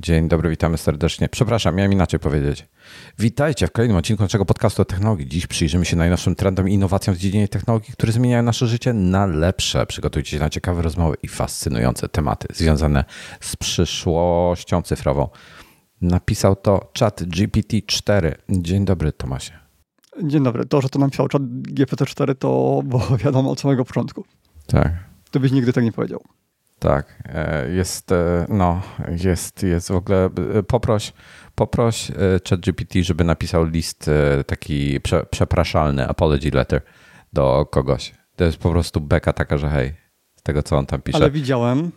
Dzień dobry, witamy serdecznie. Przepraszam, miałem inaczej powiedzieć. Witajcie w kolejnym odcinku naszego podcastu o technologii. Dziś przyjrzymy się najnowszym trendom i innowacjom w dziedzinie technologii, które zmieniają nasze życie na lepsze. Przygotujcie się na ciekawe rozmowy i fascynujące tematy związane z przyszłością cyfrową. Napisał to ChatGPT-4. Dzień dobry, Tomasie. Dzień dobry. To, że to napisał ChatGPT-4, to było wiadomo od samego początku. Tak. Ty byś nigdy tak nie powiedział. Tak, jest w ogóle, poproś ChatGPT, żeby napisał list taki przepraszalny, apology letter do kogoś. To jest po prostu beka taka, że hej, z tego co on tam pisze. Ale widziałem,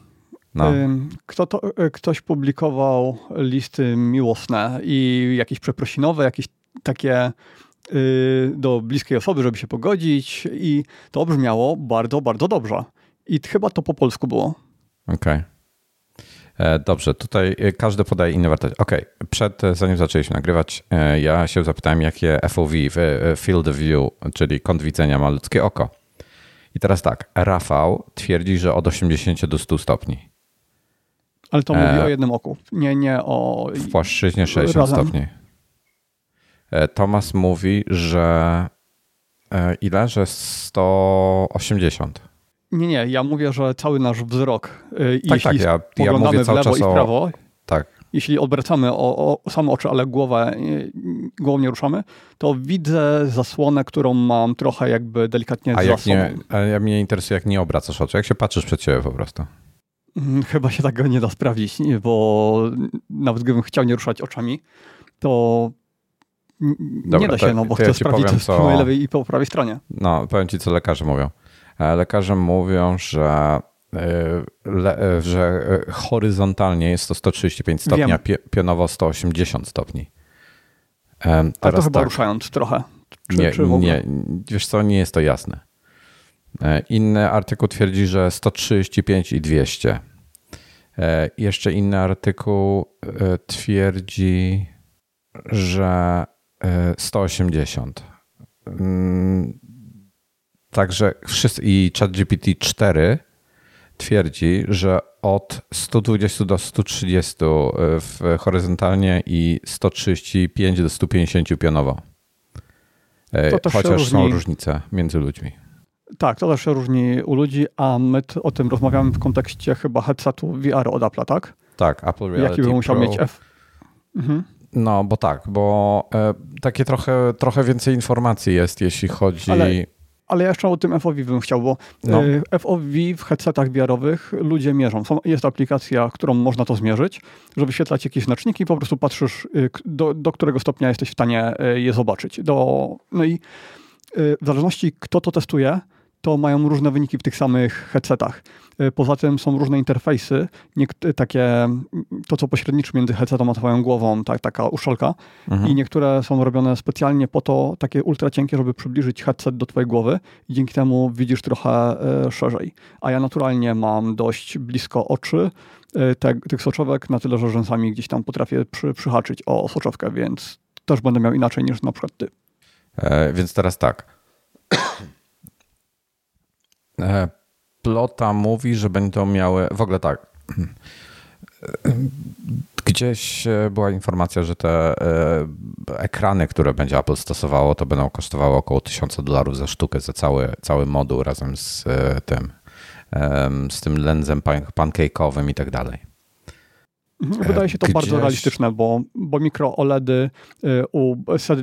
ktoś publikował listy miłosne i jakieś przeprosinowe, jakieś takie do bliskiej osoby, żeby się pogodzić i to brzmiało bardzo, bardzo dobrze. I chyba to po polsku było. Okej. Dobrze, tutaj każdy podaje inne wartości. Zanim zaczęliśmy nagrywać, ja się zapytałem, jakie FOV, Field of View, czyli kąt widzenia ma ludzkie oko. I teraz tak, Rafał twierdzi, że od 80 do 100 stopni. Ale to mówi o jednym oku, nie o... W płaszczyźnie 60 stopni. Tomasz mówi, że ile? Że 180. Nie, ja mówię, że cały nasz wzrok, jeśli ja mówię cały w lewo czas i w prawo, tak. Jeśli odwracamy o same oczy, ale głową nie ruszamy, to widzę zasłonę, którą mam trochę jakby delikatnie za sobą. A mnie interesuje, jak nie obracasz oczu, jak się patrzysz przed siebie po prostu. Chyba się tego nie da sprawdzić, bo nawet gdybym chciał nie ruszać oczami, to nie da się, bo chcę sprawdzić po mojej lewej i po prawej stronie. No, powiem ci, co lekarze mówią. Lekarze mówią, że horyzontalnie jest to 135 stopni, a pionowo 180 stopni. Ale to chyba ruszając trochę. Nie, wiesz co, nie jest to jasne. Inny artykuł twierdzi, że 135 i 200. Jeszcze inny artykuł twierdzi, że 180. Także i ChatGPT-4 twierdzi, że od 120 do 130 horyzontalnie i 135 do 150 pionowo. Chociaż są różnice między ludźmi. Tak, to też się różni u ludzi, a my o tym rozmawiamy w kontekście chyba headsetu VR od Apple'a, tak? Tak, Apple Reality Jaki by musiał Pro. mieć No, bo takie trochę więcej informacji jest, jeśli chodzi... Ale ja jeszcze o tym FOV bym chciał, bo FOV w headsetach VR-owych ludzie mierzą. Jest aplikacja, którą można to zmierzyć, żeby wyświetlać jakieś znaczniki, po prostu patrzysz, do którego stopnia jesteś w stanie je zobaczyć. No i w zależności kto to testuje, to mają różne wyniki w tych samych headsetach. Poza tym są różne interfejsy, takie, to co pośredniczy między headsetem a twoją głową, taka uszczelka. I niektóre są robione specjalnie po to, takie ultra cienkie, żeby przybliżyć headset do twojej głowy i dzięki temu widzisz trochę szerzej. A ja naturalnie mam dość blisko oczy tych soczewek, na tyle, że rzęsami gdzieś tam potrafię przyhaczyć o soczewkę, więc też będę miał inaczej niż na przykład ty. Więc teraz tak. Plota mówi, że będą miały... W ogóle tak. Gdzieś była informacja, że te ekrany, które będzie Apple stosowało, to będą kosztowały około $1000 za sztukę, za cały moduł razem z tym lensem pancake'owym i tak dalej. Wydaje się to bardzo realistyczne, bo mikro OLEDy u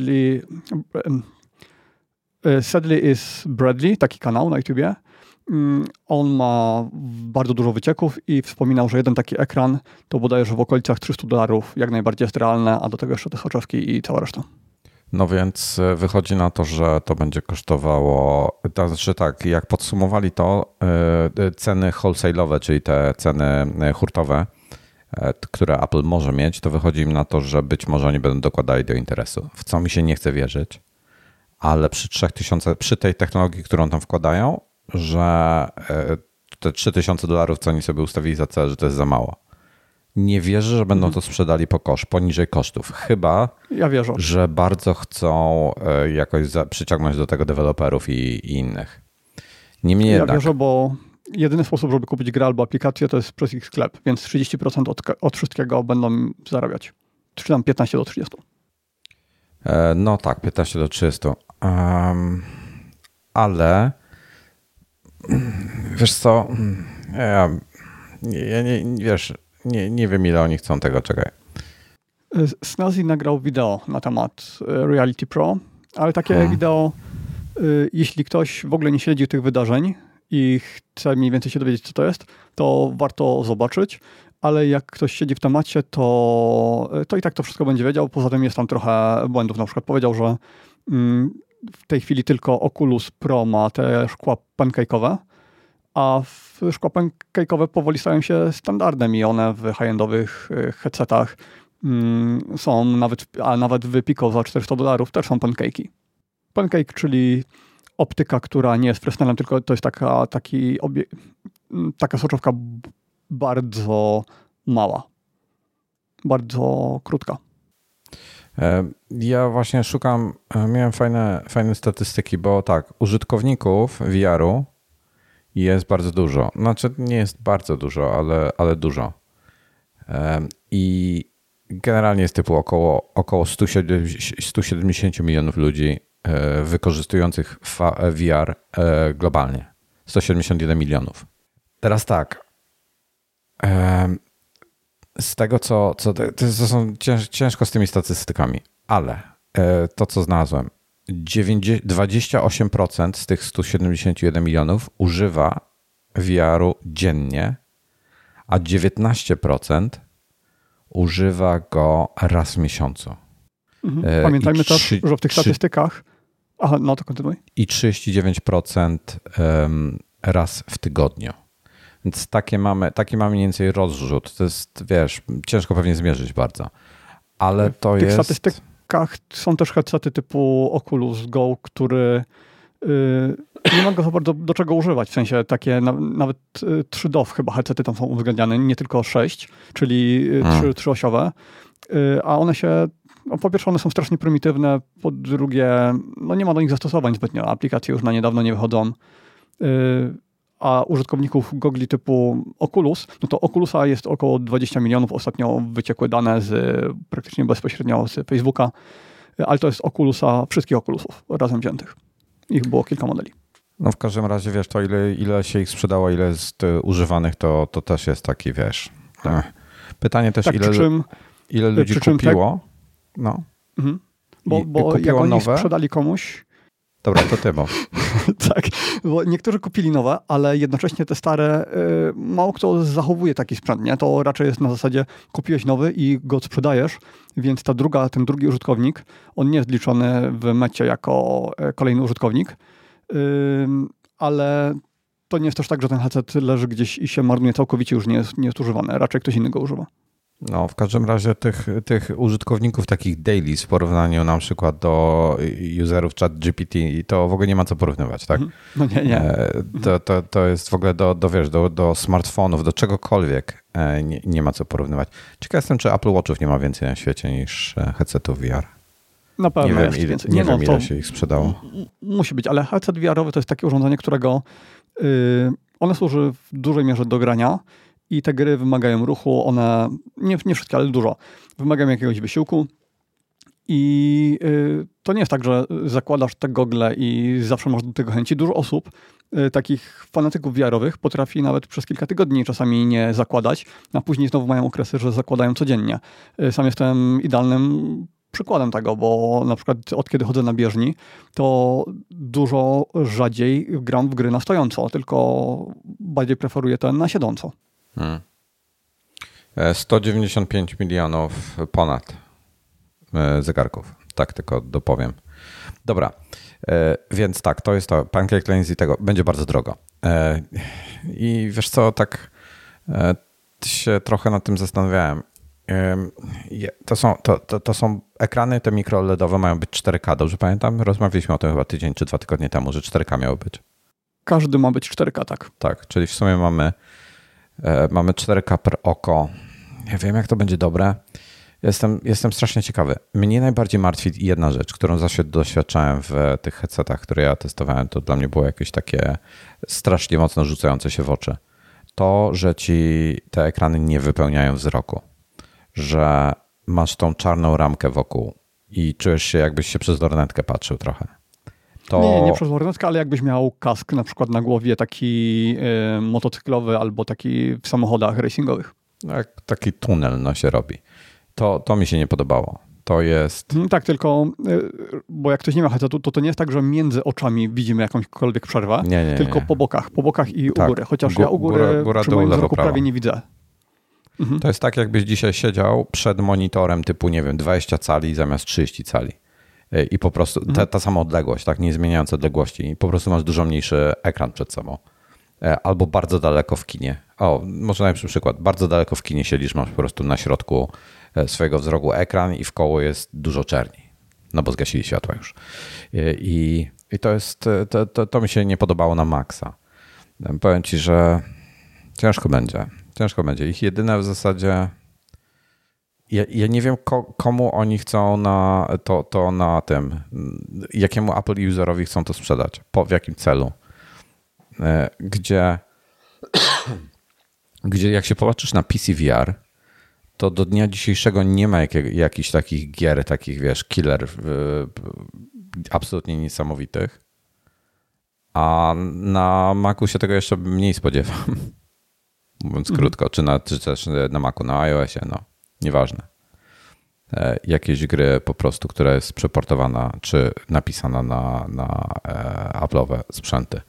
Sadly is Bradley, taki kanał na YouTubie. On ma bardzo dużo wycieków i wspominał, że jeden taki ekran to bodajże w okolicach $300 jak najbardziej jest realne, a do tego jeszcze te soczewki i cała reszta. No więc wychodzi na to, że to będzie kosztowało, to znaczy tak, jak podsumowali to ceny wholesale'owe, czyli te ceny hurtowe, które Apple może mieć, to wychodzi im na to, że być może oni będą dokładali do interesu. W co mi się nie chce wierzyć, ale przy 3000, przy tej technologii, którą tam wkładają, że te $3000, co oni sobie ustawili za cel, że to jest za mało. Nie wierzę, że będą to sprzedali poniżej kosztów. Chyba, że bardzo chcą jakoś przyciągnąć do tego deweloperów i innych. Niemniej jednak. Wierzę, bo jedyny sposób, żeby kupić grę albo aplikację, to jest przez ich sklep, więc 30% od wszystkiego będą zarabiać. Czy tam 15 do 30. No tak, 15 do 30. Ale wiesz co, nie wiem ile oni chcą tego, czekaj. Snazzy nagrał wideo na temat Reality Pro, ale takie wideo, jeśli ktoś w ogóle nie śledzi tych wydarzeń i chce mniej więcej się dowiedzieć, co to jest, to warto zobaczyć, ale jak ktoś siedzi w temacie, to i tak to wszystko będzie wiedział. Poza tym jest tam trochę błędów. Na przykład powiedział, że w tej chwili tylko Oculus Pro ma te szkła pancake'owe, a szkła pancake'owe powoli stają się standardem i one w high-endowych headsetach są nawet w Pico za $400 też są pancake'i. Pancake, czyli optyka, która nie jest Fresnelem, tylko to jest taka soczewka bardzo mała. Bardzo krótka. Ja właśnie miałem fajne statystyki, bo tak, użytkowników VR-u jest bardzo dużo. Znaczy nie jest bardzo dużo, ale dużo. I generalnie jest typu około 170 milionów ludzi wykorzystujących VR globalnie. 171 milionów. Teraz tak. Z tego, to są ciężko z tymi statystykami, ale to, co znalazłem, 28% z tych 171 milionów używa VR-u dziennie, a 19% używa go raz w miesiącu. Pamiętajmy też, że w tych statystykach... Aha, no to kontynuuj. I 39% raz w tygodniu. Więc taki mamy mniej więcej rozrzut. To jest, wiesz, ciężko pewnie zmierzyć bardzo. Ale to jest... W tych statystykach są też headsety typu Oculus Go, który nie ma go za bardzo do czego używać. W sensie takie nawet 3 DOF chyba headsety tam są uwzględniane, nie tylko 6, czyli 3-osiowe. A one się... No, po pierwsze, one są strasznie prymitywne, po drugie, no nie ma do nich zastosowań zbytnio. Aplikacje już na niedawno nie wychodzą. A użytkowników gogli typu Oculus, no to Oculusa jest około 20 milionów. Ostatnio wyciekły dane praktycznie bezpośrednio z Facebooka, ale to jest wszystkich Oculusów razem wziętych. Ich było kilka modeli. No w każdym razie, wiesz, to ile się ich sprzedało, ile jest używanych, to też jest taki, wiesz... Pytanie też, tak, ile ludzi kupiło. No. Bo jak oni nowe? Sprzedali komuś... Dobra, to ty mów. Tak, bo niektórzy kupili nowe, ale jednocześnie te stare, mało kto zachowuje taki sprzęt, nie? To raczej jest na zasadzie kupiłeś nowy i go sprzedajesz, więc ten drugi użytkownik, on nie jest liczony w mecie jako kolejny użytkownik, ale to nie jest też tak, że ten headset leży gdzieś i się marnuje całkowicie, już nie jest używany, raczej ktoś inny go używa. No, w każdym razie tych użytkowników takich dailies w porównaniu na przykład do userów ChatGPT, to w ogóle nie ma co porównywać, tak? No nie. To jest w ogóle do smartfonów, do czegokolwiek nie ma co porównywać. Ciekaw jestem, czy Apple Watchów nie ma więcej na świecie niż headsetów VR. Na pewno jest więcej. Nie wiem, ile się ich sprzedało. Musi być, ale headset VR-owy to jest takie urządzenie, którego one służy w dużej mierze do grania. I te gry wymagają ruchu, one, nie wszystkie, ale dużo, wymagają jakiegoś wysiłku i to nie jest tak, że zakładasz te gogle i zawsze masz do tego chęci. Dużo osób, takich fanatyków VR-owych potrafi nawet przez kilka tygodni czasami nie zakładać, a później znowu mają okresy, że zakładają codziennie. Sam jestem idealnym przykładem tego, bo na przykład od kiedy chodzę na bieżni, to dużo rzadziej gram w gry na stojąco, tylko bardziej preferuję ten na siedząco. 195 milionów ponad zegarków. Tak tylko dopowiem. Dobra, więc tak, to jest to. Pancake Lanes i tego będzie bardzo drogo. I wiesz co, tak się trochę nad tym zastanawiałem. To są ekrany, te mikro LEDowe mają być 4K, dobrze pamiętam? Rozmawialiśmy o tym chyba tydzień czy 2 tygodnie temu, że 4K miało być. Każdy ma być 4K, tak. Tak, czyli w sumie mamy 4K per oko. Ja wiem, jak to będzie dobre. Jestem strasznie ciekawy. Mnie najbardziej martwi jedna rzecz, którą zawsze doświadczałem w tych headsetach, które ja testowałem. To dla mnie było jakieś takie strasznie mocno rzucające się w oczy. To, że ci te ekrany nie wypełniają wzroku. Że masz tą czarną ramkę wokół i czujesz się, jakbyś się przez lornetkę patrzył trochę. Nie przez lornetkę, ale jakbyś miał kask na przykład na głowie taki motocyklowy albo taki w samochodach racingowych. Jak taki tunel się robi. To mi się nie podobało. To jest... Tak, tylko, bo jak ktoś nie ma headsetu, to nie jest tak, że między oczami widzimy jakąśkolwiek przerwę, tylko po bokach i u góry. Chociaż ja u góry przy moim wzroku prawie nie widzę. To jest tak, jakbyś dzisiaj siedział przed monitorem typu, nie wiem, 20 cali zamiast 30 cali. I po prostu ta sama odległość, tak, nie zmieniając odległości. I po prostu masz dużo mniejszy ekran przed sobą. Albo bardzo daleko w kinie. Może najlepszy przykład. Bardzo daleko w kinie siedzisz, masz po prostu na środku swojego wzroku ekran i w koło jest dużo czerni. No bo zgasili światła już. I to jest, to mi się nie podobało na maksa. Powiem ci, że ciężko będzie. Ciężko będzie. Ich jedyne w zasadzie... Ja nie wiem, komu oni chcą na tym, jakiemu Apple userowi chcą to sprzedać, w jakim celu. Gdzie jak się popatrzysz na PC VR, to do dnia dzisiejszego nie ma jakichś takich gier, takich wiesz, killer absolutnie niesamowitych. A na Macu się tego jeszcze mniej spodziewam. Mówiąc krótko, czy też na Macu, na iOSie, nieważne. Jakieś gry po prostu, która jest przeportowana czy napisana na Apple'owe sprzęty.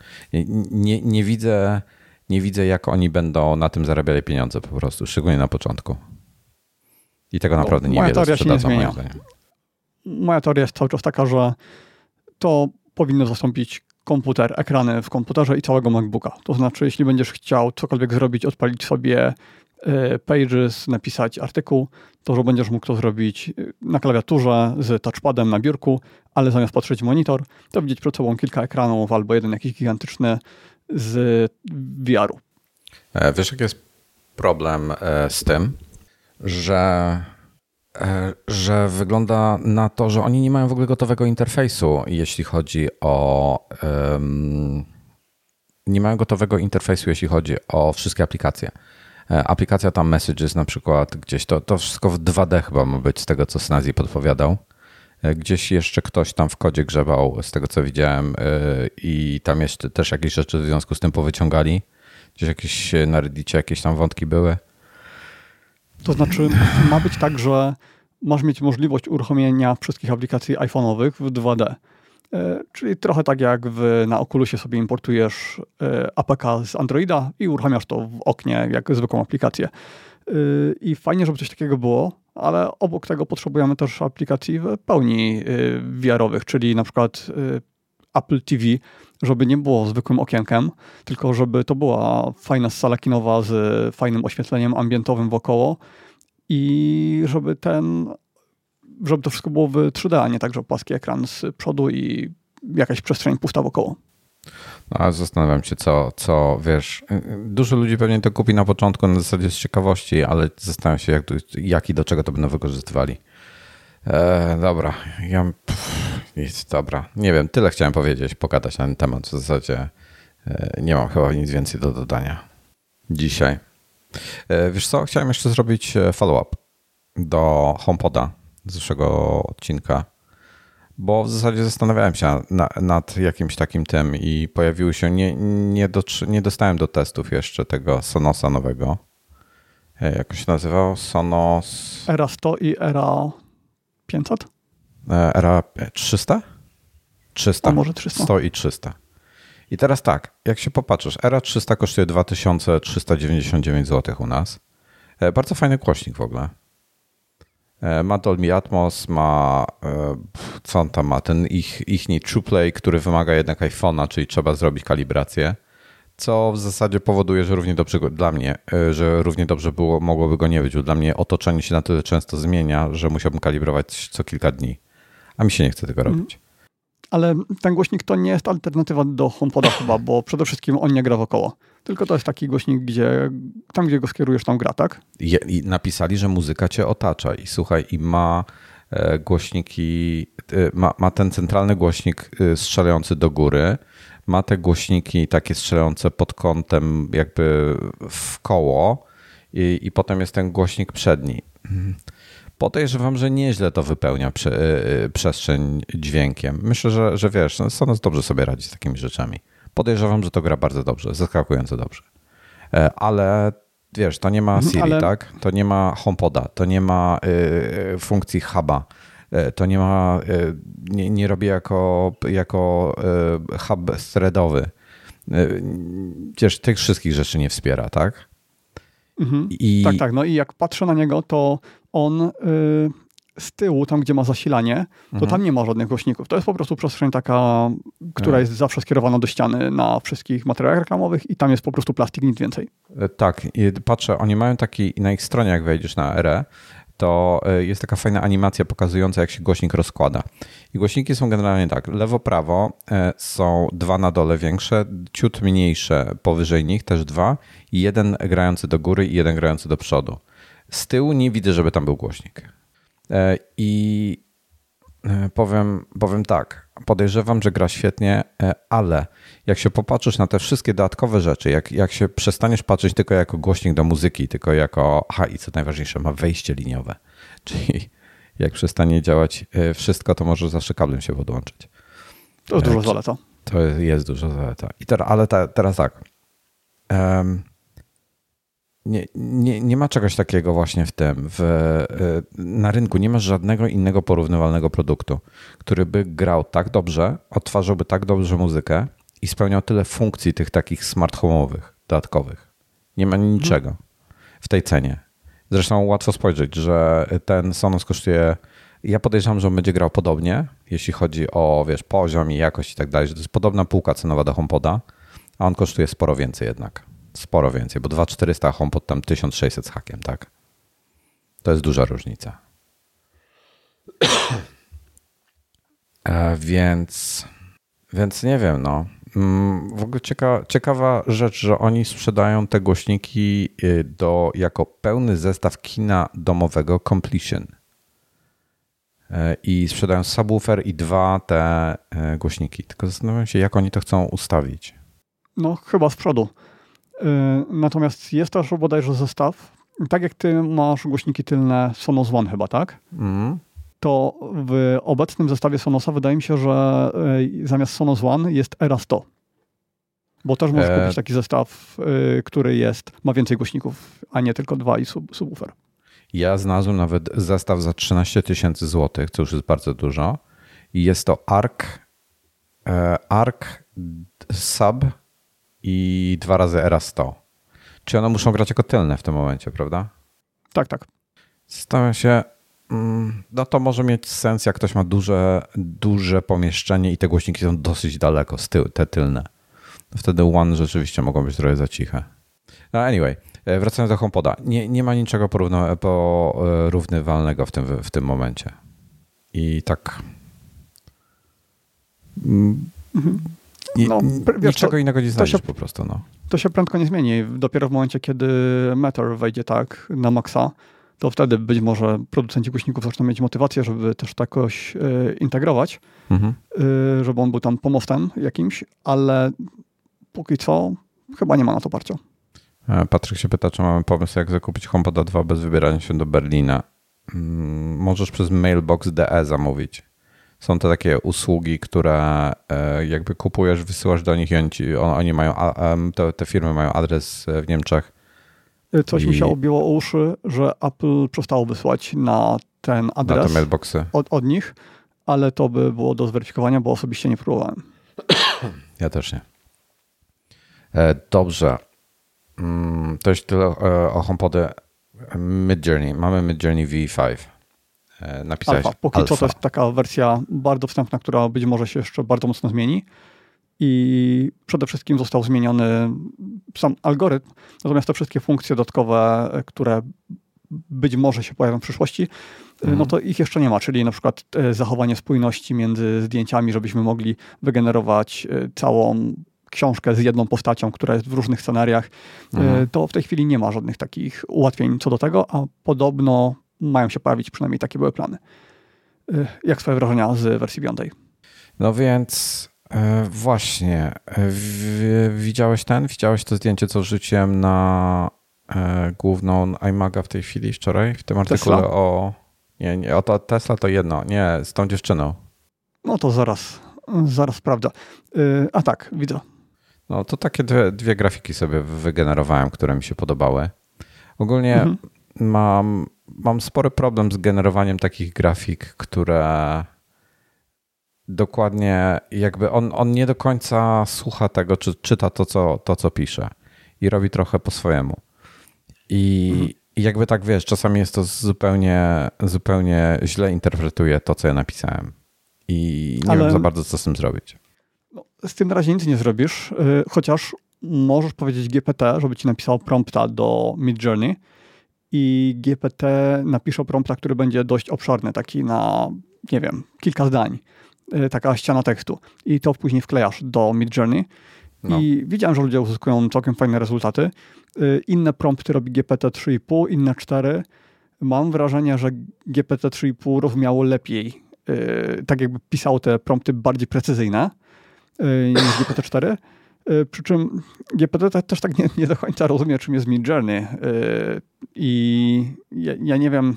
Nie widzę, jak oni będą na tym zarabiali pieniądze po prostu, szczególnie na początku. I tego naprawdę niewiele sprzedadzą, moim zdaniem. Moja teoria jest cały czas taka, że to powinno zastąpić komputer, ekrany w komputerze i całego MacBooka. To znaczy, jeśli będziesz chciał cokolwiek zrobić, odpalić sobie Pages, napisać artykuł, to że będziesz mógł to zrobić na klawiaturze z touchpadem na biurku, ale zamiast patrzeć w monitor, to widzieć przed sobą kilka ekranów albo jeden jakiś gigantyczny z VR-u. Wiesz, jaki jest problem z tym, że wygląda na to, że oni nie mają w ogóle gotowego interfejsu, jeśli chodzi o wszystkie aplikacje. Aplikacja tam Messages na przykład, gdzieś to wszystko w 2D chyba ma być, z tego co Snazzy podpowiadał. Gdzieś jeszcze ktoś tam w kodzie grzebał, z tego co widziałem, i tam jeszcze też jakieś rzeczy w związku z tym powyciągali. Gdzieś jakieś na Reddicie jakieś tam wątki były. To znaczy ma być tak, że masz mieć możliwość uruchomienia wszystkich aplikacji iPhone'owych w 2D. Czyli trochę tak jak na Oculusie sobie importujesz APK z Androida i uruchamiasz to w oknie jak zwykłą aplikację. I fajnie, żeby coś takiego było, ale obok tego potrzebujemy też aplikacji w pełni VR-owych, czyli na przykład Apple TV, żeby nie było zwykłym okienkiem, tylko żeby to była fajna sala kinowa z fajnym oświetleniem ambientowym wokoło i żeby to wszystko było w 3D, a nie tak, że płaski ekran z przodu i jakaś przestrzeń pusta wokoło. A zastanawiam się, co wiesz, dużo ludzi pewnie to kupi na początku na zasadzie z ciekawości, ale zastanawiam się, jak i do czego to będą wykorzystywali. Dobra, dobra, nie wiem, tyle chciałem powiedzieć, pogadać na ten temat. W zasadzie nie mam chyba nic więcej do dodania dzisiaj. Wiesz co, chciałem jeszcze zrobić follow-up do HomePoda z zeszłego odcinka, bo w zasadzie zastanawiałem się nad jakimś takim tym i pojawiły się, nie dostałem do testów jeszcze tego Sonosa nowego. Jak się nazywał? Sonos... Era 100 i Era 500? Era 300? 300. A może 300. 100 i 300. I teraz tak, jak się popatrzysz, Era 300 kosztuje 2399 zł u nas. Bardzo fajny głośnik w ogóle. Ma Dolby Atmos, ma, co on tam ma, ten ich TruePlay, który wymaga jednak iPhone'a, czyli trzeba zrobić kalibrację, co w zasadzie powoduje, że równie dobrze dla mnie, że równie dobrze mogłoby go nie być, bo dla mnie otoczenie się na tyle często zmienia, że musiałbym kalibrować co kilka dni, a mi się nie chce tego robić. Ale ten głośnik to nie jest alternatywa do HomePoda chyba, bo przede wszystkim on nie gra wokoło. Tylko to jest taki głośnik, tam gdzie go skierujesz, tam gra, tak? I napisali, że muzyka cię otacza i słuchaj, i ma głośniki, ma ten centralny głośnik strzelający do góry, ma te głośniki takie strzelające pod kątem jakby w koło i potem jest ten głośnik przedni. Podejrzewam, że nieźle to wypełnia przestrzeń dźwiękiem. Myślę, że wiesz, no Sonos dobrze sobie radzi z takimi rzeczami. Podejrzewam, że to gra bardzo dobrze, zaskakująco dobrze. Ale wiesz, to nie ma Siri, tak? To nie ma HomePoda, to nie ma funkcji huba, to nie ma, nie robi jako hub threadowy. Wiesz, tych wszystkich rzeczy nie wspiera, tak? Tak. No i jak patrzę na niego, to on z tyłu, tam gdzie ma zasilanie, to tam nie ma żadnych głośników. To jest po prostu przestrzeń taka, która jest zawsze skierowana do ściany na wszystkich materiałach reklamowych i tam jest po prostu plastik, nic więcej. Tak, i patrzę, oni mają taki, na ich stronie jak wejdziesz na RE, to jest taka fajna animacja pokazująca, jak się głośnik rozkłada. I głośniki są generalnie tak, lewo-prawo są dwa na dole większe, ciut mniejsze powyżej nich, też dwa, i jeden grający do góry i jeden grający do przodu. Z tyłu nie widzę, żeby tam był głośnik. I powiem tak, podejrzewam, że gra świetnie, ale jak się popatrzysz na te wszystkie dodatkowe rzeczy, jak się przestaniesz patrzeć tylko jako głośnik do muzyki, tylko jako, i co najważniejsze, ma wejście liniowe, czyli jak przestanie działać wszystko, to może zawsze kablem się podłączyć. To jest dużo zaleta. To jest dużo zaleta. Ale teraz tak. Nie ma czegoś takiego właśnie na rynku. Nie masz żadnego innego porównywalnego produktu, który by grał tak dobrze, odtwarzałby tak dobrze muzykę i spełniał tyle funkcji tych takich smart home'owych, dodatkowych. Nie ma niczego w tej cenie. Zresztą łatwo spojrzeć, że ten Sonos kosztuje, ja podejrzewam, że on będzie grał podobnie, jeśli chodzi o poziom i jakość i tak dalej, że to jest podobna półka cenowa do HomePoda, a on kosztuje sporo więcej jednak. Sporo więcej, bo 2400, a HomePod tam 1600 z hakiem, tak? To jest duża różnica. Więc nie wiem, no. W ogóle ciekawa rzecz, że oni sprzedają te głośniki jako pełny zestaw kina domowego Completion. I sprzedają subwoofer i dwa te głośniki. Tylko zastanawiam się, jak oni to chcą ustawić. No, chyba z przodu. Natomiast jest też bodajże zestaw, tak jak ty masz głośniki tylne Sonos One chyba, tak? To w obecnym zestawie Sonosa wydaje mi się, że zamiast Sonos One jest Era 100. Bo też możesz kupić taki zestaw, który ma więcej głośników, a nie tylko dwa i subwoofer. Ja znalazłem nawet zestaw za 13 000 złotych, co już jest bardzo dużo. I jest to Arc Sub i 2 razy Era 100. Czy one muszą grać jako tylne w tym momencie, prawda? Tak. Zastanawiam się, no to może mieć sens, jak ktoś ma duże pomieszczenie i te głośniki są dosyć daleko, te tylne. Wtedy One rzeczywiście mogą być trochę za ciche. No anyway, wracając do HomePoda. Nie ma niczego porównywalnego w tym momencie. I tak... Niczego innego nie znajdziesz po prostu. No. To się prędko nie zmieni. Dopiero w momencie, kiedy Matter wejdzie tak na maksa, to wtedy być może producenci głośników zaczną mieć motywację, żeby też to jakoś integrować, żeby on był tam pomostem jakimś, ale póki co chyba nie ma na to parcia. Patryk się pyta, czy mamy pomysł, jak zakupić HomePoda 2 bez wybierania się do Berlina. Możesz przez Mailbox.de zamówić. Są to takie usługi, które jakby kupujesz, wysyłasz do nich i oni mają, te firmy mają adres w Niemczech. Coś mi się obiło o uszy, że Apple przestało wysłać na ten adres na te mailboxy od nich, ale to by było do zweryfikowania, bo osobiście nie próbowałem. Ja też nie. Dobrze. To już tyle o HomePodzie Midjourney. Mamy Midjourney V5. Napisałeś Alpha. Póki co to jest taka wersja bardzo wstępna, która być może się jeszcze bardzo mocno zmieni. I przede wszystkim został zmieniony sam algorytm, natomiast te wszystkie funkcje dodatkowe, które być może się pojawią w przyszłości, no to ich jeszcze nie ma, czyli na przykład zachowanie spójności między zdjęciami, żebyśmy mogli wygenerować książkę z jedną postacią, która jest w różnych scenariach, to w tej chwili nie ma żadnych takich ułatwień co do tego, a podobno mają się pojawić, przynajmniej takie były plany. Jak swoje wrażenia z wersji 5? No więc właśnie, widziałeś to zdjęcie, co wrzuciłem na główną iMaga w tej chwili wczoraj, w tym artykule Tesla? o... Nie, o to Tesla to jedno, nie, z tą dziewczyną. No to zaraz sprawdzę. A tak, widzę. No to takie dwie grafiki sobie wygenerowałem, które mi się podobały. Ogólnie mam spory problem z generowaniem takich grafik, które dokładnie jakby on nie do końca słucha tego, czy czyta to, co pisze i robi trochę po swojemu. I jakby tak wiesz, czasami jest to zupełnie źle interpretuje to, co ja napisałem. I nie wiem za bardzo, co z tym zrobić. No, z tym na razie nic nie zrobisz, chociaż możesz powiedzieć GPT, żeby ci napisało prompta do Midjourney i GPT napisze prompta, który będzie dość obszerny, taki na, nie wiem, kilka zdań. Taka ściana tekstu. I to później wklejasz do Midjourney. No. I widziałem, że ludzie uzyskują całkiem fajne rezultaty. Inne prompty robi GPT 3,5, inne 4. Mam wrażenie, że GPT 3,5 rozumiało lepiej. Tak jakby pisał te prompty bardziej precyzyjne niż GPT 4. Przy czym GPT też tak nie do końca rozumie, czym jest Midjourney. I ja nie wiem,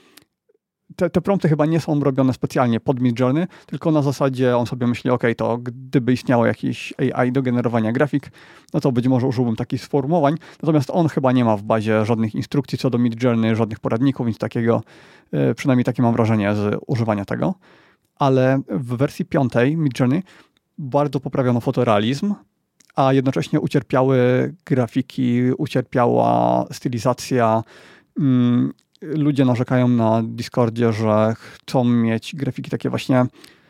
te prompty chyba nie są robione specjalnie pod Midjourney, tylko na zasadzie on sobie myśli, to gdyby istniało jakieś AI do generowania grafik, no to być może użyłbym takich sformułowań. Natomiast on chyba nie ma w bazie żadnych instrukcji co do Midjourney, żadnych poradników, nic takiego. Przynajmniej takie mam wrażenie z używania tego. Ale w wersji 5 Midjourney bardzo poprawiono fotorealizm, a jednocześnie ucierpiały grafiki, ucierpiała stylizacja. Ludzie narzekają na Discordzie, że chcą mieć grafiki takie właśnie,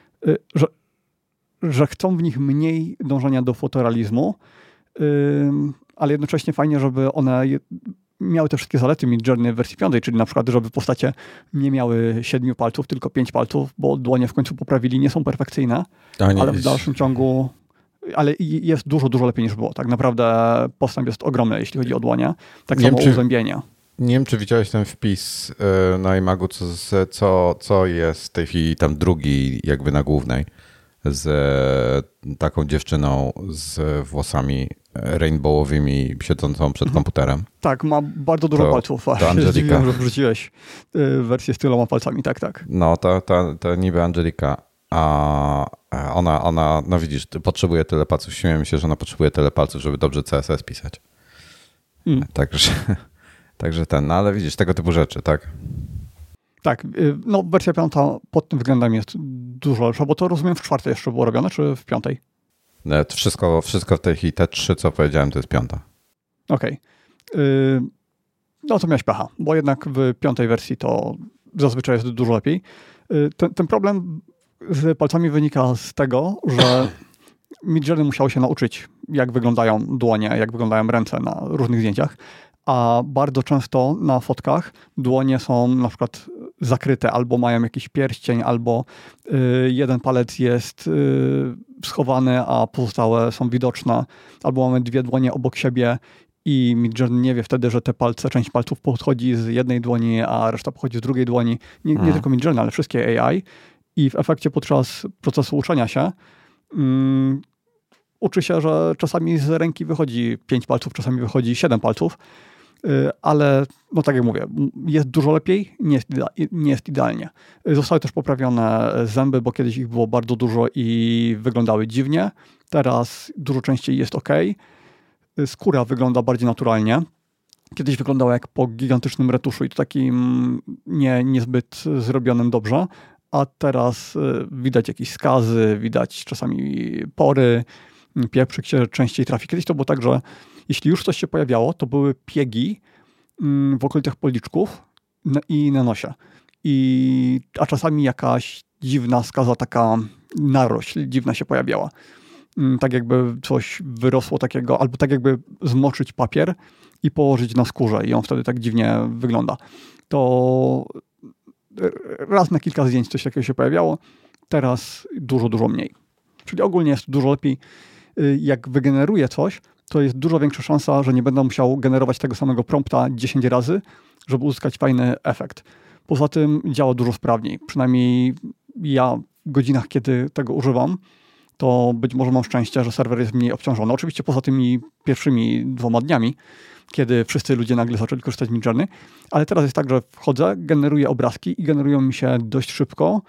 że chcą w nich mniej dążenia do fotorealizmu, ale jednocześnie fajnie, żeby one miały te wszystkie zalety Midjourney w wersji 5, czyli na przykład, żeby postacie nie miały 7 palców, tylko 5 palców, bo dłonie w końcu poprawili, nie są perfekcyjne, ale w dalszym ciągu jest dużo, dużo lepiej niż było. Tak naprawdę postęp jest ogromny, jeśli chodzi o dłonie. Tak samo o uzębienie. Nie wiem, czy widziałeś ten wpis na iMagu, co jest w tej chwili tam drugi jakby na głównej z taką dziewczyną z włosami rainbowowymi siedzącą przed komputerem. Tak, ma bardzo dużo palców. To Angelika. Zdziwiłem, że wrzuciłeś wersję z tyloma palcami, tak. No, to niby Angelika, a ona, no widzisz, potrzebuje tyle palców. Śmieję się, że ona potrzebuje tyle palców, żeby dobrze CSS pisać. Także no ale widzisz, tego typu rzeczy, tak? Tak, no wersja 5 pod tym względem jest dużo lepsza, bo to rozumiem w 4 jeszcze było robione, czy w 5? Wszystko w tej chwili, te 3, co powiedziałem, to jest 5. Okej. No to miałeś pecha, bo jednak w 5 wersji to zazwyczaj jest dużo lepiej. Ten problem z palcami wynika z tego, że Midjourney musiało się nauczyć, jak wyglądają dłonie, jak wyglądają ręce na różnych zdjęciach, a bardzo często na fotkach dłonie są na przykład zakryte, albo mają jakiś pierścień, albo jeden palec jest schowany, a pozostałe są widoczne, albo mamy dwie dłonie obok siebie i Midjourney nie wie wtedy, że te palce, część palców pochodzi z jednej dłoni, a reszta pochodzi z drugiej dłoni. Nie tylko Midjourney, ale wszystkie AI. I w efekcie podczas procesu uczenia się uczy się, że czasami z ręki wychodzi 5 palców, czasami wychodzi 7 palców, ale no tak jak mówię, jest dużo lepiej, nie jest idealnie. Zostały też poprawione zęby, bo kiedyś ich było bardzo dużo i wyglądały dziwnie. Teraz dużo częściej jest ok. Skóra wygląda bardziej naturalnie. Kiedyś wyglądała jak po gigantycznym retuszu i to takim niezbyt zrobionym dobrze, a teraz widać jakieś skazy, widać czasami pory, pieprzyk się częściej trafi. Kiedyś to było tak, że jeśli już coś się pojawiało, to były piegi w okolicach policzków i na nosie. A czasami jakaś dziwna skaza, taka narośl dziwna się pojawiała. Tak jakby coś wyrosło takiego, albo tak jakby zmoczyć papier i położyć na skórze i on wtedy tak dziwnie wygląda. To raz na kilka zdjęć coś takiego się pojawiało, teraz dużo, dużo mniej. Czyli ogólnie jest dużo lepiej. jak wygeneruję coś, to jest dużo większa szansa, że nie będę musiał generować tego samego prompta 10 razy, żeby uzyskać fajny efekt. Poza tym działa dużo sprawniej. Przynajmniej ja w godzinach, kiedy tego używam, to być może mam szczęście, że serwer jest mniej obciążony. Oczywiście poza tymi pierwszymi 2 dniami, kiedy wszyscy ludzie nagle zaczęli korzystać z Midjourney, ale teraz jest tak, że wchodzę, generuję obrazki i generują mi się dość szybko.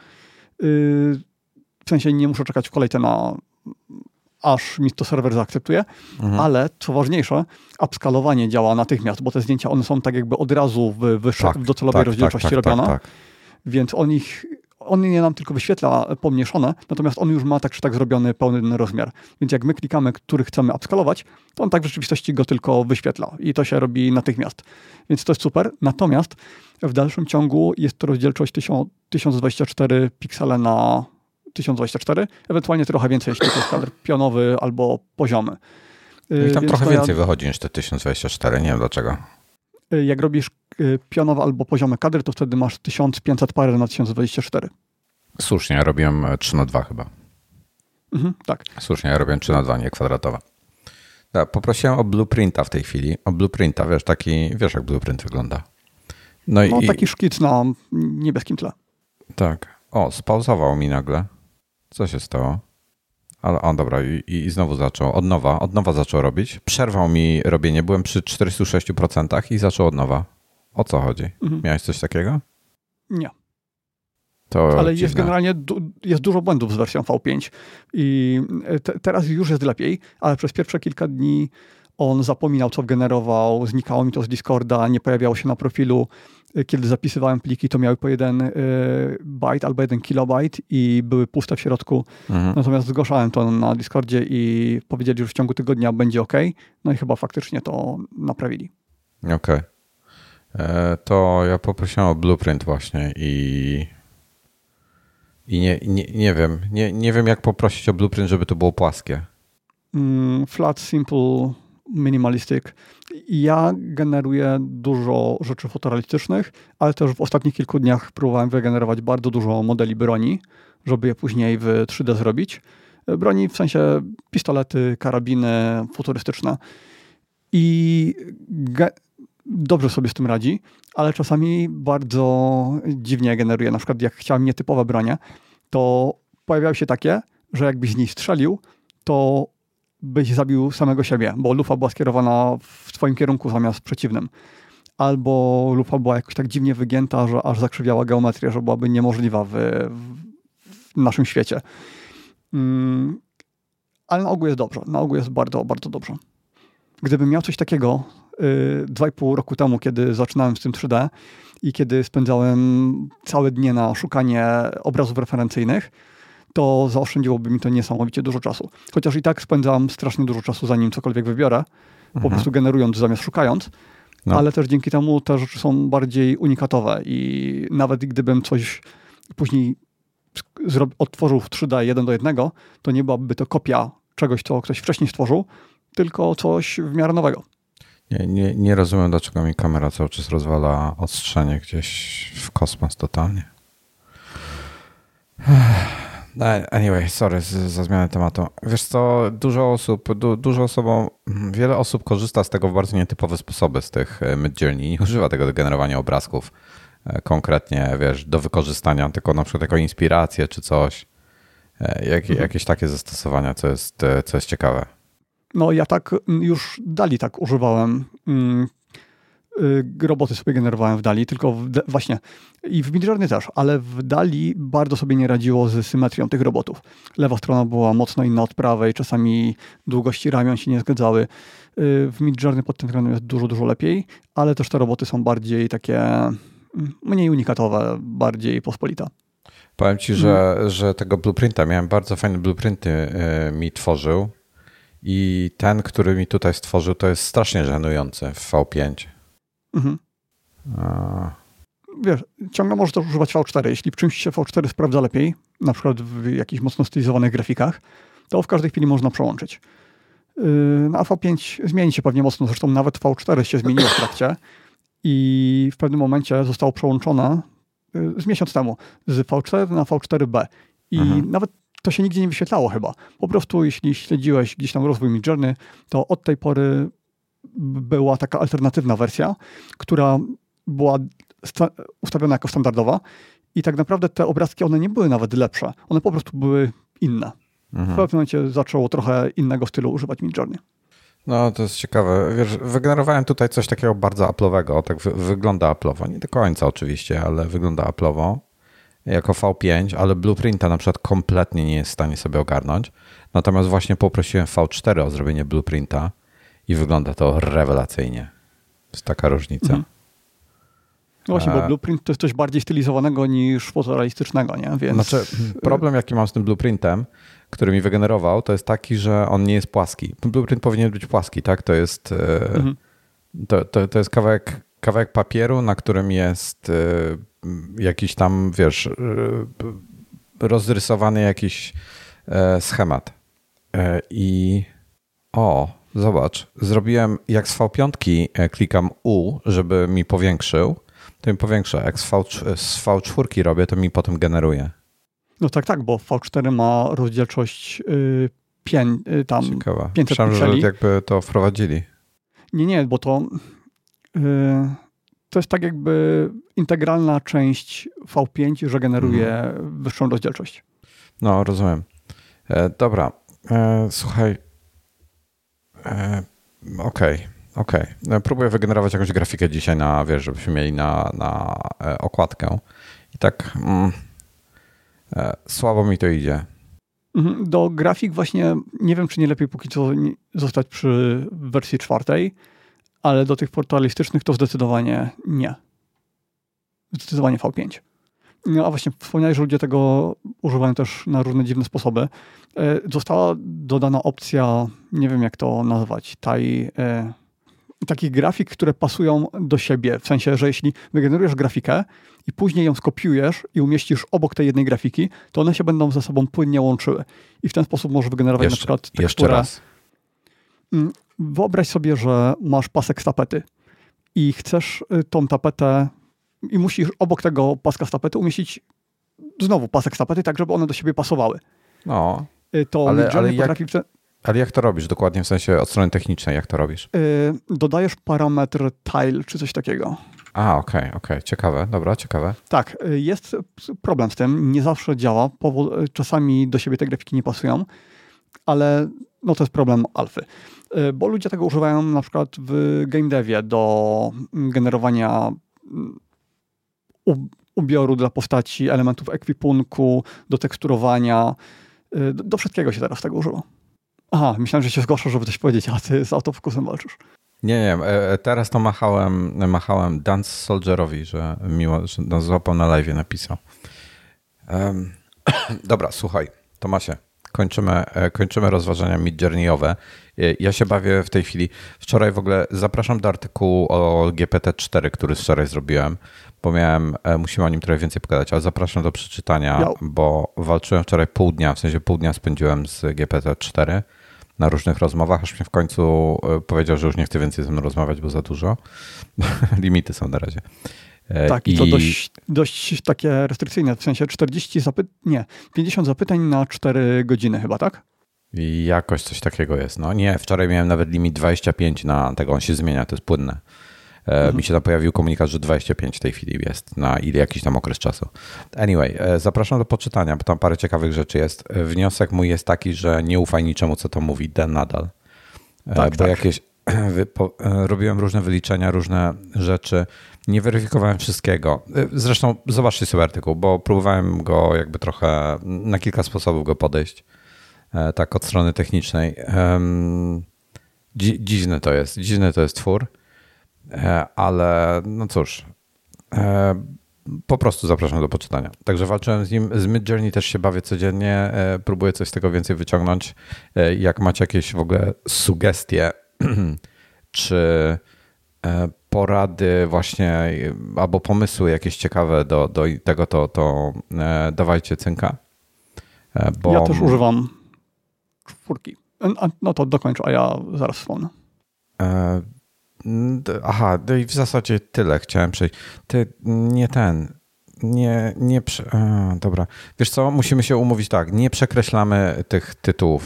W sensie nie muszę czekać w kolejce aż mi to serwer zaakceptuje, ale co ważniejsze, upskalowanie działa natychmiast, bo te zdjęcia, one są tak jakby od razu w docelowej rozdzielczości robione, więc on nie nam tylko wyświetla pomniejszone, natomiast on już ma tak czy tak zrobiony pełny rozmiar. Więc jak my klikamy, który chcemy upskalować, to on tak w rzeczywistości go tylko wyświetla i to się robi natychmiast. Więc to jest super. Natomiast w dalszym ciągu jest to rozdzielczość 1024 piksele na 1024, ewentualnie trochę więcej, jeśli to jest kadr pionowy albo poziomy. I tam trochę więcej wychodzi niż te 1024, nie wiem dlaczego. Jak robisz pionowe albo poziome kadry, to wtedy masz 1500 parę na 1024. Słusznie, ja robiłem 3:2 chyba. Tak. Słusznie, ja robiłem 3:2, nie kwadratowe. Tak, poprosiłem o blueprinta w tej chwili. O blueprinta, wiesz jak blueprint wygląda. No taki szkic na niebieskim tle. Tak. O, spauzował mi nagle. Co się stało? Ale dobra, i znowu zaczął. Od nowa zaczął robić. Przerwał mi robienie. Byłem przy 46% i zaczął od nowa. O co chodzi? Miałeś coś takiego? Nie. Ale jest generalnie jest dużo błędów z wersją V5 i teraz już jest lepiej, ale przez pierwsze kilka dni on zapominał, co wgenerował, znikało mi to z Discorda, nie pojawiało się na profilu. Kiedy zapisywałem pliki, to miały po 1 bajt albo 1 kilobajt i były puste w środku. Natomiast zgłaszałem to na Discordzie i powiedzieli, że w ciągu tygodnia będzie OK. No i chyba faktycznie to naprawili. Okej. To ja poprosiłem o blueprint właśnie i nie wiem jak poprosić o blueprint, żeby to było płaskie. Flat, simple, minimalistic. Ja generuję dużo rzeczy fotorealistycznych, ale też w ostatnich kilku dniach próbowałem wygenerować bardzo dużo modeli broni, żeby je później w 3D zrobić. Broni w sensie pistolety, karabiny futurystyczne. I dobrze sobie z tym radzi, ale czasami bardzo dziwnie generuje. Na przykład jak chciałem nietypowe bronie, to pojawiały się takie, że jakbyś z niej strzelił, to byś zabił samego siebie, bo lufa była skierowana w twoim kierunku zamiast przeciwnym. Albo lufa była jakoś tak dziwnie wygięta, że aż zakrzywiała geometrię, że byłaby niemożliwa w naszym świecie. Ale na ogół jest dobrze. Na ogół jest bardzo, bardzo dobrze. Gdybym miał coś takiego 2,5 roku temu, kiedy zaczynałem z tym 3D i kiedy spędzałem całe dnie na szukanie obrazów referencyjnych, to zaoszczędziłoby mi to niesamowicie dużo czasu. Chociaż i tak spędzam strasznie dużo czasu, zanim cokolwiek wybiorę, po prostu generując zamiast szukając, ale też dzięki temu te rzeczy są bardziej unikatowe i nawet gdybym coś później odtworzył w 3D 1:1, to nie byłaby to kopia czegoś, co ktoś wcześniej stworzył, tylko coś w miarę nowego. Nie rozumiem, dlaczego mi kamera cały czas rozwala ostrzenie gdzieś w kosmos totalnie. Anyway, sorry za zmianę tematu. Wiesz co, wiele osób korzysta z tego w bardzo nietypowe sposoby, z tych Midjourney. Nie używa tego do generowania obrazków konkretnie, wiesz, do wykorzystania, tylko na przykład jako inspirację czy coś. Jakieś takie zastosowania, co jest ciekawe. No ja tak już DALL-E tak używałem. Roboty sobie generowałem w DALL-E, tylko właśnie i w Midjourney też, ale w DALL-E bardzo sobie nie radziło z symetrią tych robotów. Lewa strona była mocno inna od prawej, czasami długości ramion się nie zgadzały. W Midjourney pod tym względem jest dużo, dużo lepiej, ale też te roboty są bardziej takie mniej unikatowe, bardziej pospolite. Powiem ci, że tego blueprinta, miałem bardzo fajne blueprinty mi tworzył i ten, który mi tutaj stworzył, to jest strasznie żenujący w V5. Wiesz, ciągle możesz też używać V4. Jeśli w czymś się V4 sprawdza lepiej, na przykład w jakichś mocno stylizowanych grafikach, to w każdej chwili można przełączyć. Na V5 zmieni się pewnie mocno, zresztą nawet V4 się zmieniło w trakcie i w pewnym momencie zostało przełączone z miesiąc temu z V4 na V4B. I nawet to się nigdzie nie wyświetlało chyba. Po prostu jeśli śledziłeś gdzieś tam rozwój Midjourney, to od tej pory była taka alternatywna wersja, która była ustawiona jako standardowa i tak naprawdę te obrazki, one nie były nawet lepsze. One po prostu były inne. W pewnym momencie zaczęło trochę innego stylu używać Midjourney. No, to jest ciekawe. Wiesz, wygenerowałem tutaj coś takiego bardzo Apple'owego. Tak wygląda Apple'owo. Nie do końca oczywiście, ale wygląda Apple'owo. Jako V5, ale Blueprinta na przykład kompletnie nie jest w stanie sobie ogarnąć. Natomiast właśnie poprosiłem V4 o zrobienie Blueprinta i wygląda to rewelacyjnie. Jest taka różnica. No właśnie, bo Blueprint to jest coś bardziej stylizowanego niż fotorealistycznego, nie? Więc... Znaczy, problem jaki mam z tym Blueprintem, który mi wygenerował, to jest taki, że on nie jest płaski. Blueprint powinien być płaski, tak? To jest, to jest kawałek papieru, na którym jest jakiś tam, wiesz, rozrysowany jakiś schemat. I zobacz, zrobiłem, jak z V5 klikam U, żeby mi powiększył, to mi powiększa. Jak z V4 robię, to mi potem generuje. No tak, bo V4 ma rozdzielczość 500 Myślałem, pikseli. że jakby to wprowadzili. Nie, bo to jest tak jakby integralna część V5, że generuje wyższą rozdzielczość. No, rozumiem. Dobra. Słuchaj. Okej. Próbuję wygenerować jakąś grafikę dzisiaj żebyśmy mieli na okładkę. I tak słabo mi to idzie. Do grafik właśnie nie wiem, czy nie lepiej póki co zostać przy wersji 4, ale do tych fotorealistycznych to zdecydowanie nie. Zdecydowanie V5. No a właśnie wspomniałeś, że ludzie tego używają też na różne dziwne sposoby. Została dodana opcja, nie wiem jak to nazwać, takich grafik, które pasują do siebie. W sensie, że jeśli wygenerujesz grafikę i później ją skopiujesz i umieścisz obok tej jednej grafiki, to one się będą ze sobą płynnie łączyły. I w ten sposób możesz wygenerować na przykład teksturę. Jeszcze raz. Wyobraź sobie, że masz pasek z tapety i chcesz tą tapetę i musisz obok tego paska z tapety umieścić znowu pasek z tapety, tak żeby one do siebie pasowały. No, to ale jak to robisz dokładnie, w sensie od strony technicznej, jak to robisz? Dodajesz parametr tile czy coś takiego. Okej. Ciekawe. Dobra, ciekawe. Tak, jest problem z tym. Nie zawsze działa. Czasami do siebie te grafiki nie pasują, ale no to jest problem alfy. Bo ludzie tego używają na przykład w game devie do generowania ubioru dla postaci, elementów ekwipunku, do teksturowania. Do wszystkiego się teraz tego używa. Aha, myślałem, że się zgłasza, żeby coś powiedzieć, a ty z autofokusem walczysz. Nie. Teraz to machałem Dance Soldierowi, że miło, że nas złapał na live'ie, napisał. Dobra, słuchaj, Tomasie, kończymy rozważania midjourneyowe. Ja się bawię w tej chwili. Wczoraj w ogóle zapraszam do artykułu o GPT-4, który wczoraj zrobiłem, bo musimy o nim trochę więcej pogadać, ale zapraszam do przeczytania, bo walczyłem wczoraj pół dnia spędziłem z GPT-4 na różnych rozmowach, aż mnie w końcu powiedział, że już nie chce więcej ze mną rozmawiać, bo za dużo. Limity są na razie. Tak, i to dość takie restrykcyjne, w sensie 50 zapytań na 4 godziny chyba, tak? I jakoś coś takiego jest. No nie, wczoraj miałem nawet limit 25 na tego, on się zmienia, to jest płynne. Mi się tam pojawił komunikat, że 25 w tej chwili jest na jakiś tam okres czasu. Anyway, zapraszam do poczytania, bo tam parę ciekawych rzeczy jest. Wniosek mój jest taki, że nie ufaj niczemu, co to mówi nadal. Bo jakieś robiłem różne wyliczenia, różne rzeczy. Nie weryfikowałem wszystkiego. Zresztą zobaczcie sobie artykuł, bo próbowałem go jakby trochę na kilka sposobów go podejść. Tak od strony technicznej. Dziwny to jest twór, ale no cóż, po prostu zapraszam do poczytania. Także walczyłem z nim. Z Midjourney też się bawię codziennie, próbuję coś z tego więcej wyciągnąć. Jak macie jakieś w ogóle sugestie, czy porady właśnie, albo pomysły jakieś ciekawe do tego, to dawajcie cynka. Bo... Ja też używam 4. No to dokończ, a ja zaraz wspomnę. Aha, no i w zasadzie tyle chciałem przejść. Dobra. Wiesz co, musimy się umówić tak, nie przekreślamy tych tytułów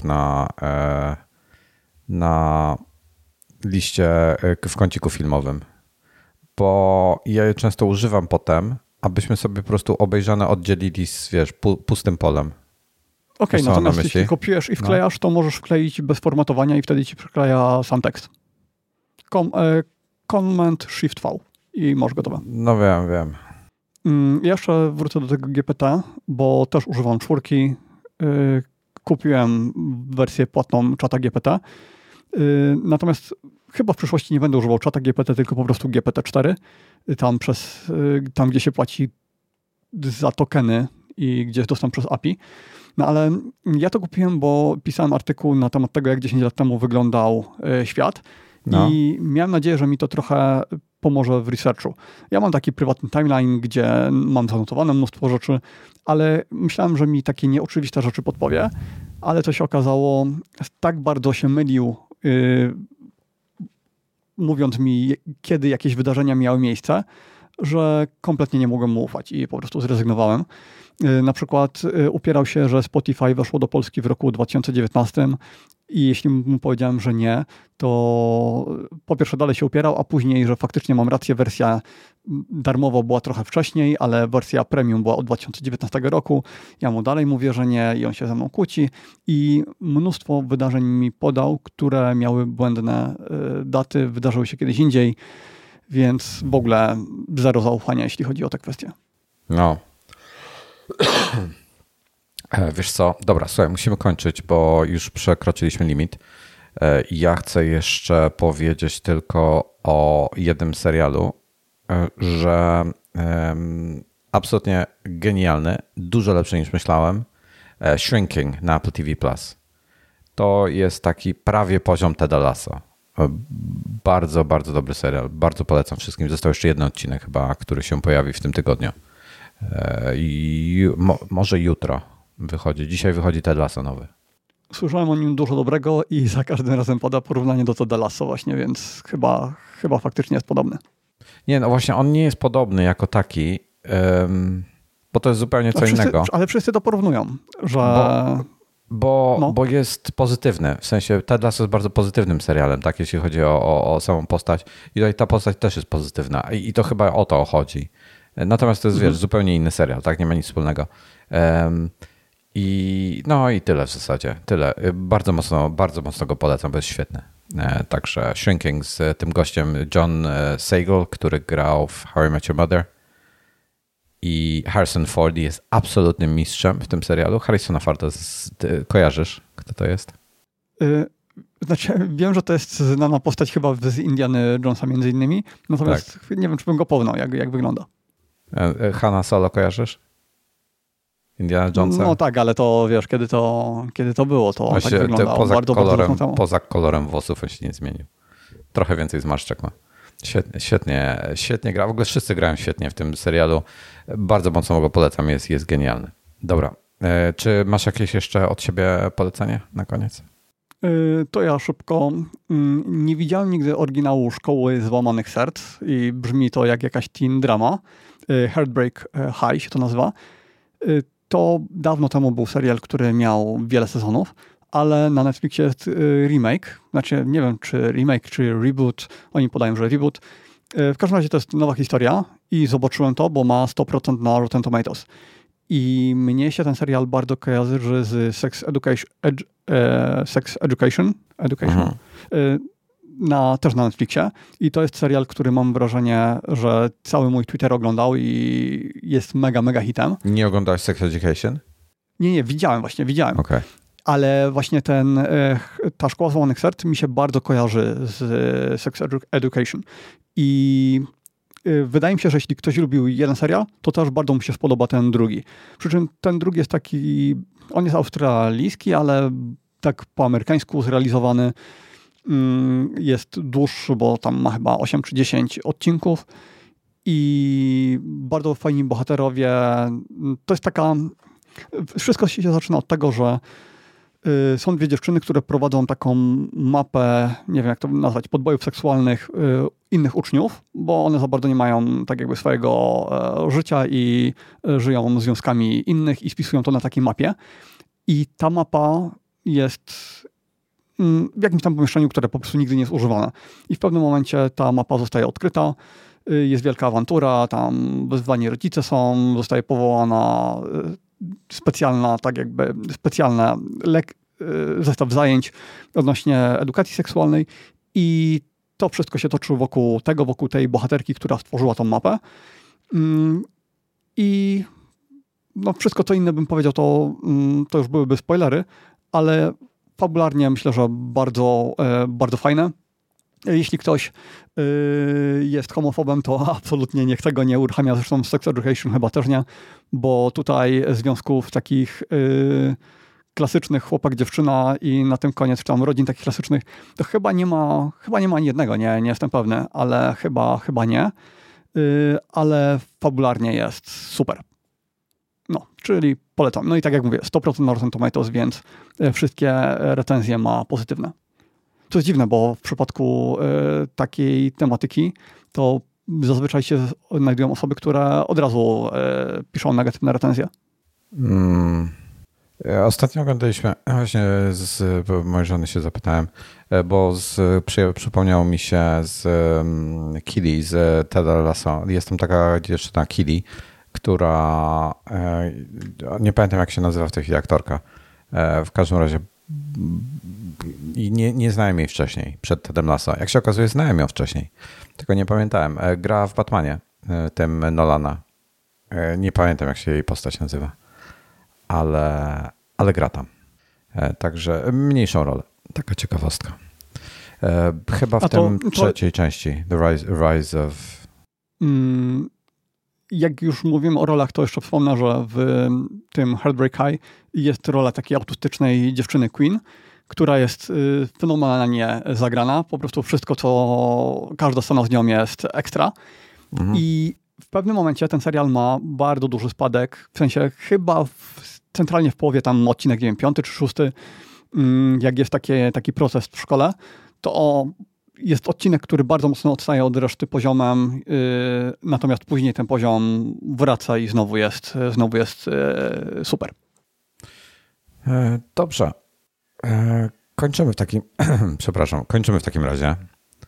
na liście w kąciku filmowym, bo ja je często używam potem, abyśmy sobie po prostu obejrzane oddzielili z, wiesz, pustym polem. Okej, natomiast jeśli kopiujesz i wklejasz, to możesz wkleić bez formatowania i wtedy ci przykleja sam tekst. Command Shift V i masz gotowe. No wiem. Jeszcze wrócę do tego GPT, bo też używam 4. Kupiłem wersję płatną czata GPT. Natomiast chyba w przyszłości nie będę używał czata GPT, tylko po prostu GPT-4. Tam, gdzie się płaci za tokeny i gdzie jest dostęp przez API. No ale ja to kupiłem, bo pisałem artykuł na temat tego, jak 10 lat temu wyglądał świat. No. I miałem nadzieję, że mi to trochę pomoże w researchu. Ja mam taki prywatny timeline, gdzie mam zanotowane mnóstwo rzeczy, ale myślałem, że mi takie nieoczywiste rzeczy podpowie, ale to się okazało, tak bardzo się mylił, mówiąc mi, kiedy jakieś wydarzenia miały miejsce, że kompletnie nie mogłem mu ufać i po prostu zrezygnowałem. Na przykład upierał się, że Spotify weszło do Polski w roku 2019 i jeśli mu powiedziałem, że nie, to po pierwsze dalej się upierał, a później, że faktycznie mam rację, wersja darmowa była trochę wcześniej, ale wersja premium była od 2019 roku. Ja mu dalej mówię, że nie i on się ze mną kłóci i mnóstwo wydarzeń mi podał, które miały błędne daty, wydarzyły się kiedyś indziej, więc w ogóle zero zaufania, jeśli chodzi o te kwestie. No. Wiesz co? Dobra, słuchaj, musimy kończyć, bo już przekroczyliśmy limit. Ja chcę jeszcze powiedzieć tylko o jednym serialu, że absolutnie genialny, dużo lepszy niż myślałem. Shrinking na Apple TV+. To jest taki prawie poziom Teda Lasso. Bardzo, bardzo dobry serial. Bardzo polecam wszystkim. Został jeszcze jeden odcinek chyba, który się pojawi w tym tygodniu. I może jutro wychodzi. Dzisiaj wychodzi Ted Lasso nowy. Słyszałem o nim dużo dobrego i za każdym razem pada porównanie do Teda Lasso właśnie, więc chyba faktycznie jest podobny. Nie, no właśnie on nie jest podobny jako taki, bo to jest zupełnie co innego. Ale wszyscy to porównują, że... Bo jest pozytywny. W sensie Ted Lasso jest bardzo pozytywnym serialem, tak, jeśli chodzi o samą postać. I tutaj ta postać też jest pozytywna. I to chyba o to chodzi. Natomiast to jest, wiesz, zupełnie inny serial, tak? Nie ma nic wspólnego. I tyle w zasadzie. Tyle. Bardzo mocno go polecam, bo jest świetny. Także Shrinking z tym gościem John Sagal, który grał w How I Met Your Mother. I Harrison Ford jest absolutnym mistrzem w tym serialu. Harrisona Forda kojarzysz, kto to jest? Znaczy, wiem, że to jest znana postać chyba z Indiany Jonesa między innymi, natomiast nie wiem, czy bym go poznał, jak wygląda. Hanna Solo kojarzysz? Indiana Jonesa? No tak, ale to wiesz, kiedy to było, to on tak wyglądał bardzo dawno temu. Poza kolorem włosów on się nie zmienił. Trochę więcej zmarszczek ma. Świetnie gra. W ogóle wszyscy grają świetnie w tym serialu. Bardzo mocno go polecam, jest genialny. Dobra. Czy masz jakieś jeszcze od siebie polecenie na koniec? To ja szybko. Nie widziałem nigdy oryginału Szkoły Złamanych Serc i brzmi to jak jakaś teen drama. Heartbreak High się to nazywa. To dawno temu był serial, który miał wiele sezonów, ale na Netflixie jest remake. Znaczy, nie wiem, czy remake, czy reboot. Oni podają, że reboot. W każdym razie to jest nowa historia i zobaczyłem to, bo ma 100% na Rotten Tomatoes. I mnie się ten serial bardzo kojarzy z Sex Education. Też na Netflixie. I to jest serial, który mam wrażenie, że cały mój Twitter oglądał i jest mega, mega hitem. Nie oglądałeś Sex Education? Nie, widziałem. Okay. Ale właśnie ta Szkoła Złamanych Serc mi się bardzo kojarzy z Sex Education. I wydaje mi się, że jeśli ktoś lubił jeden serial, to też bardzo mu się spodoba ten drugi. Przy czym ten drugi jest taki, on jest australijski, ale tak po amerykańsku zrealizowany. Jest dłuższy, bo tam ma chyba 8 czy 10 odcinków i bardzo fajni bohaterowie. To jest taka... Wszystko się zaczyna od tego, że są dwie dziewczyny, które prowadzą taką mapę, nie wiem jak to nazwać, podbojów seksualnych innych uczniów, bo one za bardzo nie mają tak jakby swojego życia i żyją związkami innych i spisują to na takiej mapie. I ta mapa jest w jakimś tam pomieszczeniu, które po prostu nigdy nie jest używane. I w pewnym momencie ta mapa zostaje odkryta, jest wielka awantura, tam wezwani rodzice są, zostaje powołana specjalny zestaw zajęć odnośnie edukacji seksualnej i to wszystko się toczy wokół tej bohaterki, która stworzyła tą mapę. I no wszystko co inne bym powiedział, to już byłyby spoilery, ale fabularnie myślę, że bardzo, bardzo fajne. Jeśli ktoś jest homofobem, to absolutnie niech tego nie uruchamia. Zresztą Sex Education chyba też nie, bo tutaj związków takich klasycznych chłopak-dziewczyna i na tym koniec, czy tam rodzin takich klasycznych, to chyba nie ma ani jednego, nie jestem pewny, ale chyba nie. Ale fabularnie jest super. No, czyli polecam. No i tak jak mówię, 100% na Rotten Tomatoes, więc wszystkie recenzje ma pozytywne. To jest dziwne, bo w przypadku takiej tematyki to zazwyczaj się znajdują osoby, które od razu piszą negatywne recenzje. Ostatnio oglądaliśmy, właśnie bo mojej żony się zapytałem, bo przypomniało mi się z Kili, z Teda Lasso. Jest tam taka dziewczyna Kili, która, nie pamiętam jak się nazywa w tej chwili aktorka, w każdym razie i nie znałem jej wcześniej, przed Tedem Lasso. Jak się okazuje, znałem ją wcześniej, tylko nie pamiętałem. Gra w Batmanie, tym Nolana. Nie pamiętam jak się jej postać nazywa, ale gra tam. Także mniejszą rolę. Taka ciekawostka. Chyba w trzeciej części, The Rise of... Jak już mówimy o rolach, to jeszcze wspomnę, że w tym Heartbreak High jest rola takiej autystycznej dziewczyny Queen, która jest fenomenalnie zagrana. Po prostu wszystko, każda scena z nią jest ekstra. I w pewnym momencie ten serial ma bardzo duży spadek, w sensie chyba centralnie w połowie, tam odcinek, nie wiem, 5. czy 6, jak jest taki proces w szkole, to jest odcinek, który bardzo mocno odstaje od reszty poziomem, natomiast później ten poziom wraca i znowu jest super. Dobrze. Kończymy w takim razie.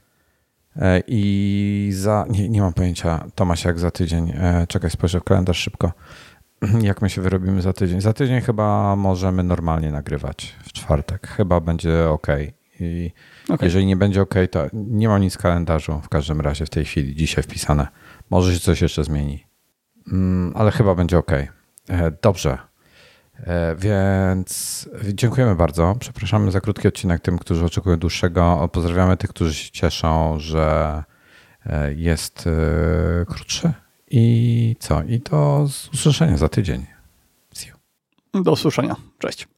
I nie mam pojęcia, Tomasz, jak za tydzień. Czekaj, spojrzę w kalendarz szybko. Jak my się wyrobimy za tydzień? Za tydzień chyba możemy normalnie nagrywać w czwartek. Chyba będzie ok. I jeżeli nie będzie ok, to nie mam nic w kalendarzu w każdym razie w tej chwili, dzisiaj wpisane. Może się coś jeszcze zmieni. Ale chyba będzie ok. Dobrze. Więc dziękujemy bardzo. Przepraszamy za krótki odcinek tym, którzy oczekują dłuższego. Pozdrawiamy tych, którzy się cieszą, że jest krótszy. I co? I do usłyszenia za tydzień. See you. Do usłyszenia. Cześć.